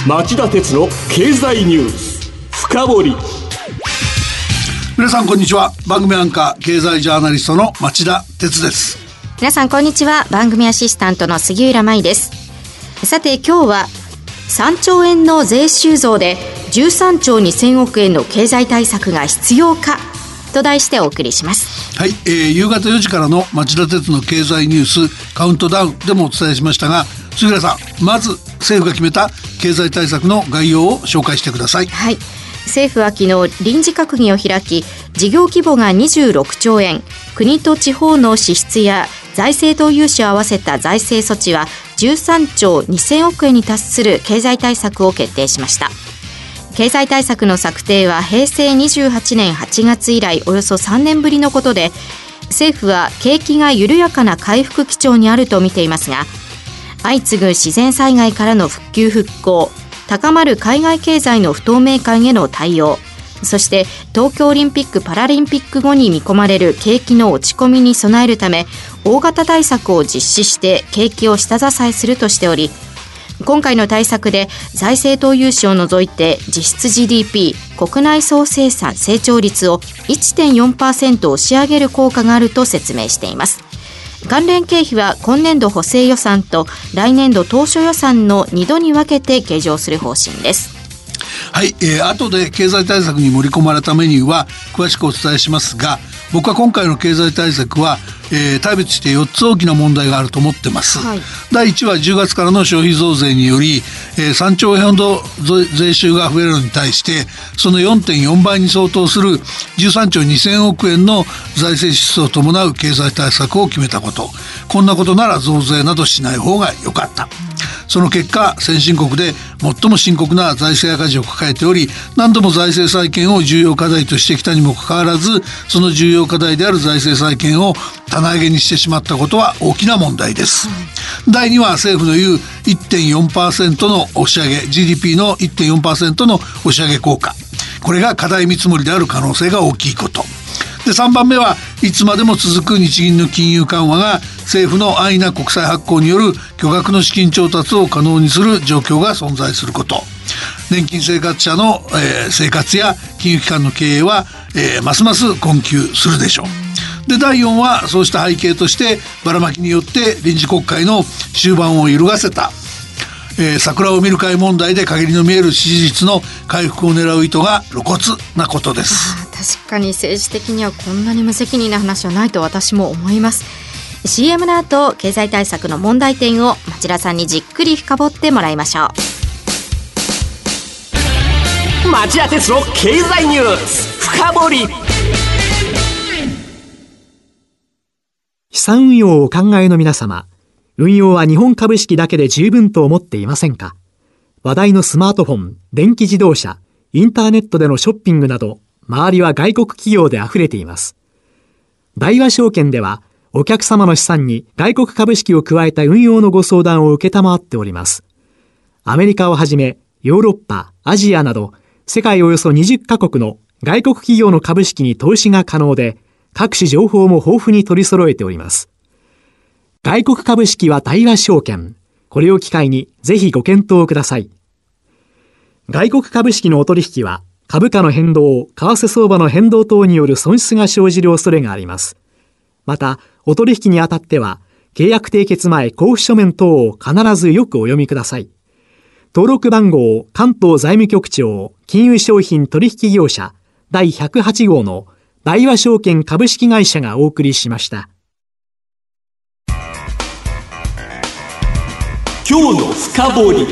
町田鉄の経済ニュース深掘り。 皆さんこんにちは。番組アンカー経済ジャーナリストの町田鉄です。 皆さんこんにちは。番組アシスタントの杉浦舞です。さて今日は3兆円の税収増で13兆2000億円の経済対策が必要かと題してお送りします。 はい、夕方4時からの町田鉄の経済ニュースカウントダウンでもお伝えしましたが、杉浦さん、まず政府が決めた経済対策の概要を紹介してください。 はい、政府は昨日臨時閣議を開き、事業規模が26兆円、国と地方の支出や財政等融資を合わせた財政措置は13兆2000億円に達する経済対策を決定しました。経済対策の策定は平成28年8月以来およそ3年ぶりのことで、政府は景気が緩やかな回復基調にあると見ていますが、相次ぐ自然災害からの復旧復興、高まる海外経済の不透明感への対応、そして東京オリンピック・パラリンピック後に見込まれる景気の落ち込みに備えるため、大型対策を実施して景気を下支えするとしており、今回の対策で財政等融資を除いて実質 GDP 国内総生産成長率を 1.4% 押し上げる効果があると説明しています。関連経費は今年度補正予算と来年度当初予算の2度に分けて計上する方針です。 はい、後で経済対策に盛り込まれたメニューは詳しくお伝えしますが、僕は今回の経済対策は、大別して4つ大きな問題があると思ってます。はい、第1は10月からの消費増税により、3兆円ほど税収が増えるのに対してその 4.4 倍に相当する13兆2000億円の財政支出を伴う経済対策を決めたこと。こんなことなら増税などしない方が良かった。その結果、先進国で最も深刻な財政赤字を抱えており、何度も財政再建を重要課題としてきたにもかかわらず、その重要課題である財政再建を棚上げにしてしまったことは大きな問題です。第2は政府の言う 1.4% の押し上げ、 GDP の 1.4% の押し上げ効果、これが課題見積もりである可能性が大きいこと。で、3番目はいつまでも続く日銀の金融緩和が政府の安易な国債発行による巨額の資金調達を可能にする状況が存在すること。年金生活者の、生活や金融機関の経営は、ますます困窮するでしょう。で、第4はそうした背景としてばらまきによって臨時国会の終盤を揺るがせた、桜を見る会問題で陰りの見える支持率の回復を狙う意図が露骨なことです。 確かに政治的にはこんなに無責任な話はないと私も思います。 CM の後、経済対策の問題点を町田さんにじっくり深掘ってもらいましょう。町田鉄の経済ニュース深掘り。 資産運用をお考えの皆様、運用は日本株式だけで十分と思っていませんか？話題のスマートフォン、電気自動車、インターネットでのショッピングなど、周りは外国企業で溢れています。大和証券では、お客様の資産に外国株式を加えた運用のご相談を受けたまわっております。アメリカをはじめ、ヨーロッパ、アジアなど、世界およそ20カ国の外国企業の株式に投資が可能で、各種情報も豊富に取り揃えております。外国株式は大和証券。これを機会にぜひご検討ください。外国株式のお取引は株価の変動、為替相場の変動等による損失が生じる恐れがあります。また、お取引にあたっては契約締結前交付書面等を必ずよくお読みください。登録番号関東財務局長金融商品取引業者第108号の大和証券株式会社がお送りしました。 今日の深掘り。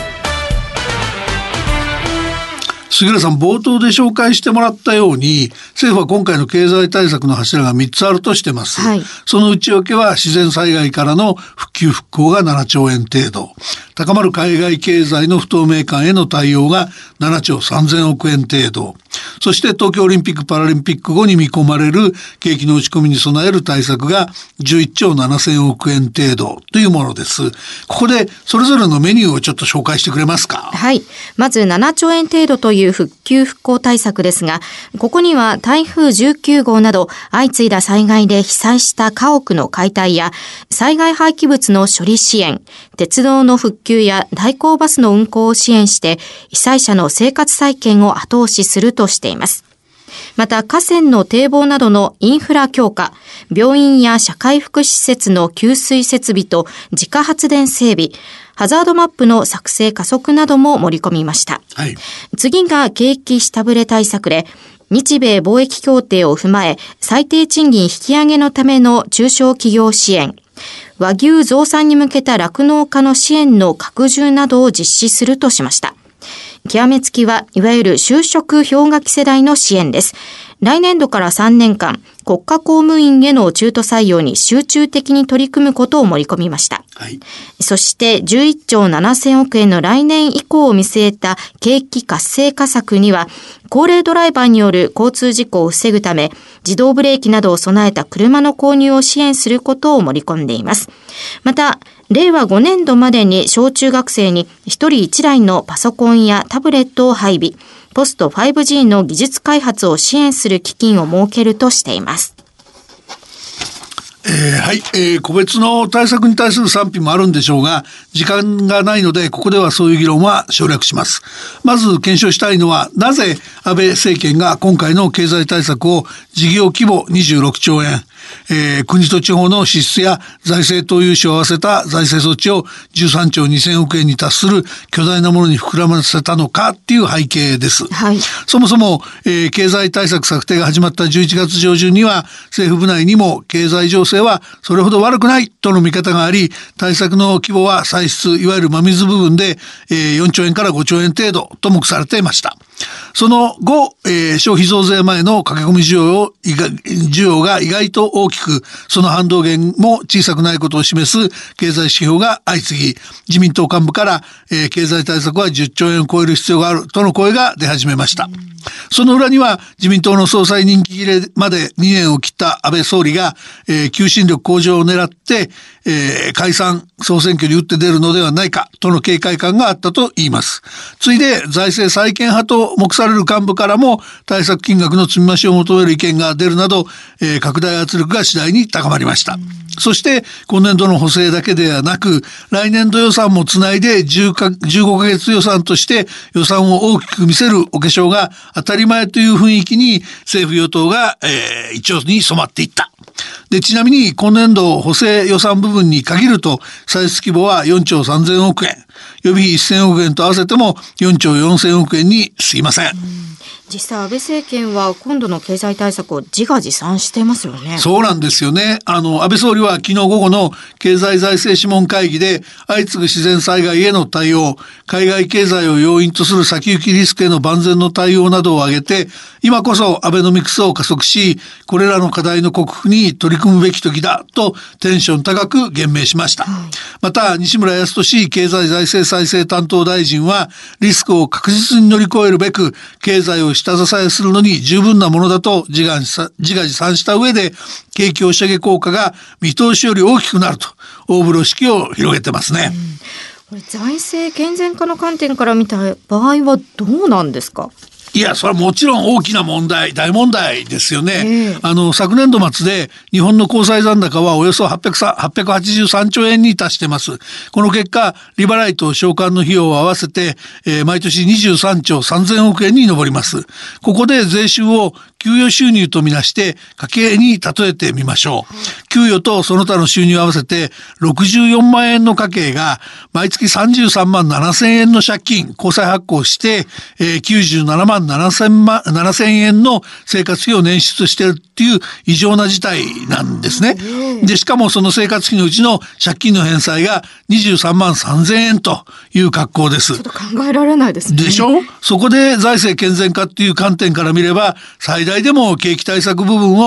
杉浦さん、冒頭で紹介してもらったように、政府は今回の経済対策の柱が3つあるとしてます。はい、その内訳は自然災害からの復旧復興が7兆円程度、高まる海外経済の不透明感への対応が7兆3000億円程度、 そして東京オリンピック・パラリンピック後に見込まれる景気の落ち込みに備える対策が11兆7000億円程度というものです。ここでそれぞれのメニューをちょっと紹介してくれますか。 はい。まず7兆円程度という復旧復興対策ですが、ここには台風19号など相次いだ災害で被災した家屋の解体や災害廃棄物の処理支援、鉄道の復旧や代行バスの運行を支援して被災者の生活再建を後押しするとしています。また河川の堤防などのインフラ強化、病院や社会福祉施設の給水設備と自家発電整備、ハザードマップの作成加速なども盛り込みました。 はい、 次が景気下振れ対策で、日米貿易協定を踏まえ最低賃金引き上げのための中小企業支援、和牛増産に向けた酪農家の支援の拡充などを実施するとしました。極めつきはいわゆる就職氷河期世代の支援です。来年度から3年間、国家公務員への中途採用に集中的に取り組むことを盛り込みました。 はい、 そして11兆7000億円の来年以降を見据えた景気活性化策には、高齢ドライバーによる交通事故を防ぐため、自動ブレーキなどを備えた車の購入を支援することを盛り込んでいます。また、令和5年度までに小中学生に1人1台のパソコンやタブレットを配備、ポスト 5G の技術開発を支援する基金を設けるとしています。 はい、個別の対策に対する賛否もあるんでしょうが、時間がないのでここではそういう議論は省略します。まず検証したいのは、なぜ安倍政権が今回の経済対策を事業規模26兆円、国と地方の支出や財政投融資を合わせた財政措置を13兆2000億円に達する巨大なものに膨らませたのかっていう背景です。 はい、 そもそも、経済対策策定が始まった11月上旬には政府部内にも経済情勢はそれほど悪くないとの見方があり、対策の規模は歳出いわゆる真水部分で、4兆円から5兆円程度と目されていました。その後、消費増税前の駆け込み需要が意外と大きく、その反動減も小さくないことを示す経済指標が相次ぎ、自民党幹部から、経済対策は10兆円を超える必要があるとの声が出始めました。その裏には自民党の総裁任期切れまで2年を切った安倍総理が、求心力向上を狙って、解散総選挙に打って出るのではないかとの警戒感があったと言います。ついで財政再建派と目される幹部からも対策金額の積み増しを求める意見が出るなど、拡大圧力が次第に高まりました。そして今年度の補正だけではなく、来年度予算もつないで15ヶ月予算として予算を大きく見せるお化粧が当たり前という雰囲気に政府与党が、一様に染まっていった。で、ちなみに今年度補正予算部分に限ると歳出規模は4兆3000億円、予備費1000億円と合わせても4兆4000億円に過ぎません。 実際安倍政権は今度の経済対策を自画自賛していますよね。 そうなんですよね。安倍総理は昨日午後の経済財政諮問会議で、相次ぐ自然災害への対応、海外経済を要因とする先行きリスクへの万全の対応などを挙げて、今こそアベノミクスを加速し、これらの課題の克服に取り組むべき時だとテンション高く言明しました。また西村康稔経済財政再生担当大臣は、リスクを確実に乗り越えるべく経済を下支えするのに十分なものだと自画自賛した上で、景気押し上げ効果が見通しより大きくなると大風呂敷を広げてますね。 これ財政健全化の観点から見た場合はどうなんですか？ いや、それはもちろん大きな問題、大問題ですよね。昨年度末で日本の公債残高はおよそ883兆円に達してます。この結果、利払いと償還の費用を合わせて、毎年23兆3000億円に上ります。ここで税収を給与収入とみなして家計に例えてみましょう。給与とその他の収入を合わせて64万円の家計が毎月33万7000円の借金、公債発行して、97万7000円の生活費を捻出しているっていう異常な事態なんですね。で、しかもその生活費のうちの借金の返済が23万3000円という格好です。 ちょっと考えられないですね。 でしょ？そこで財政健全化っていう観点から見れば、最大でも景気対策部分を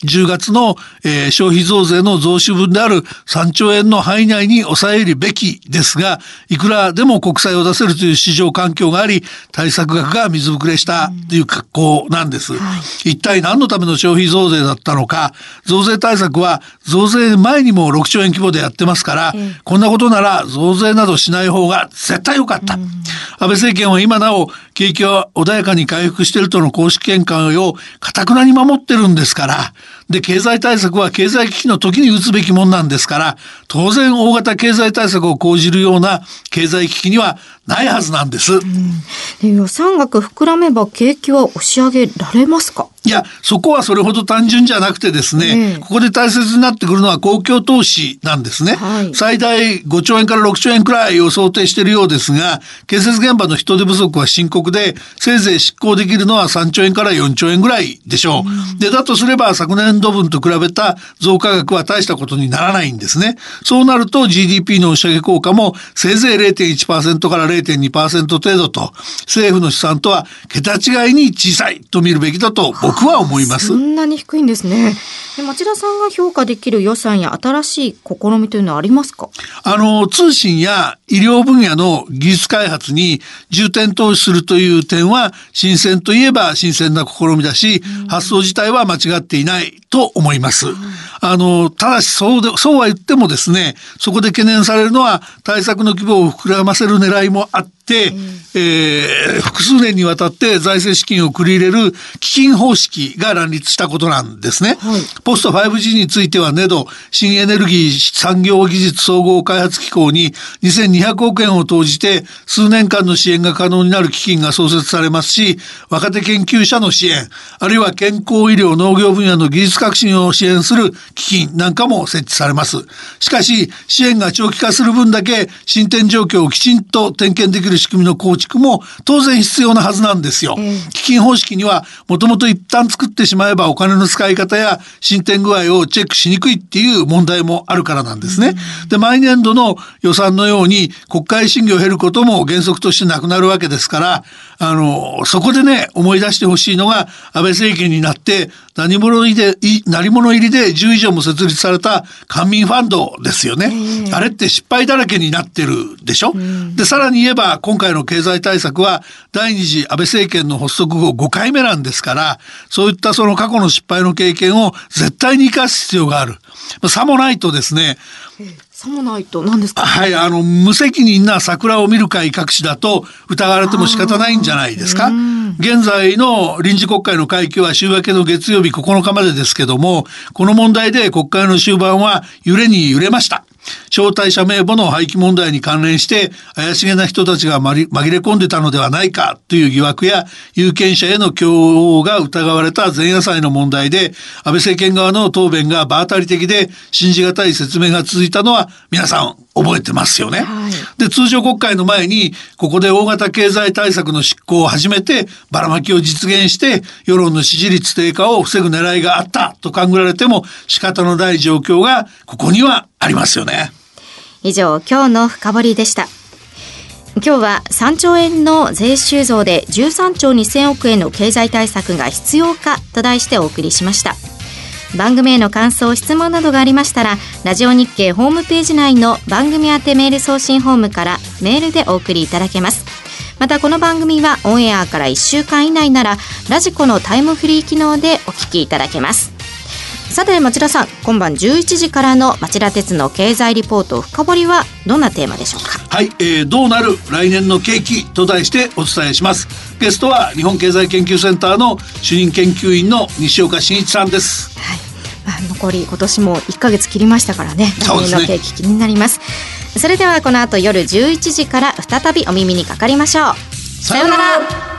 10月の、消費増税の増収分である3兆円の範囲内に抑えるべきですが、いくらでも国債を出せるという市場環境があり、対策額が水ぶくれしたという格好なんです。一体何のための消費増税だったのか。増税対策は増税前にも6兆円規模でやってますから、こんなことなら増税などしない方が絶対良かった。安倍政権は今なお景気は穏やかに回復しているとの公式見解を堅くなに守ってるんですから。で、経済対策は経済危機の時に打つべきもんなんですから、当然大型経済対策を講じるような経済危機にはないはずなんです。 で、予算額膨らめば景気は押し上げられますか？ いや、そこはそれほど単純じゃなくてですね、ここで大切になってくるのは公共投資なんですね。最大5兆円から6兆円くらいを想定しているようですが、建設現場の人手不足は深刻で、せいぜい執行できるのは3兆円から4兆円ぐらいでしょう。で、だとすれば昨年度分と比べた増加額は大したことにならないんですね。そうなると GDP の押し上げ効果もせいぜい 0.1% から 0.2% 程度と、政府の試算とは桁違いに小さいと見るべきだと僕は思います。 そんなに低いんですね。で、町田さんが評価できる予算や新しい試みというのはありますか？ 通信や医療分野の技術開発に重点投資するという点は新鮮といえば新鮮な試みだし、発想自体は間違っていないと思います。ただしそうは言ってもですね、そこで懸念されるのは対策の規模を膨らませる狙いもあって、複数年にわたって財政資金を繰り入れる基金方式が乱立したことなんですね。ポスト 5G についてはNEDO新エネルギー産業技術総合開発機構に2200億円を投じて数年間の支援が可能になる基金が創設されますし、若手研究者の支援、あるいは健康医療農業分野の技術革新を支援する基金なんかも設置されます。しかし支援が長期化する分だけ進展状況をきちんと点検できる仕組みの構築も当然必要なはずなんですよ。基金方式にはもともと一旦作ってしまえばお金の使い方や進展具合をチェックしにくいっていう問題もあるからなんですね。で、毎年度の予算のように国会審議を経ることも原則としてなくなるわけですから、そこでね、思い出してほしいのが安倍政権になって鳴り物入りで10以上も設立された官民ファンドですよね。あれって失敗だらけになってるでしょ。で、さらに言えば今回の経済対策は第二次安倍政権の発足後5回目なんですから、そういったその過去の失敗の経験を絶対に生かす必要がある。さもないとですね、 さもないと何ですか？ はい、無責任な桜を見る会隠しだと疑われても仕方ないんじゃないですか。現在の臨時国会の会期は週明けの月曜日9日までですけども、この問題で国会の終盤は揺れに揺れました。招待者名簿の廃棄問題に関連して怪しげな人たちが紛れ込んでたのではないかという疑惑や、有権者への供応が疑われた前夜祭の問題で安倍政権側の答弁が場当たり的で信じがたい説明が続いたのは皆さん覚えてますよね。で、通常国会の前にここで大型経済対策の執行を始めてばらまきを実現して世論の支持率低下を防ぐ狙いがあったと勘ぐられても仕方のない状況がここにはありますよね。 以上、今日の深掘りでした。今日は3兆円の税収増で13兆2000億円の経済対策が必要かと題してお送りしました。番組への感想、質問などがありましたら、ラジオ日経ホームページ内の番組宛てメール送信フォームからメールでお送りいただけます。またこの番組はオンエアから1週間以内ならラジコのタイムフリー機能でお聞きいただけます。さて町田さん、今晩11時からの町田鉄の経済リポート深掘りはどんなテーマでしょうか？ はい、どうなる来年の景気と題してお伝えします。ゲストは日本経済研究センターの主任研究員の西岡真一さんです。 はい、残り今年も1ヶ月切りましたからね、来年の景気気になります。それではこの後夜11時から再びお耳にかかりましょう。 さようなら。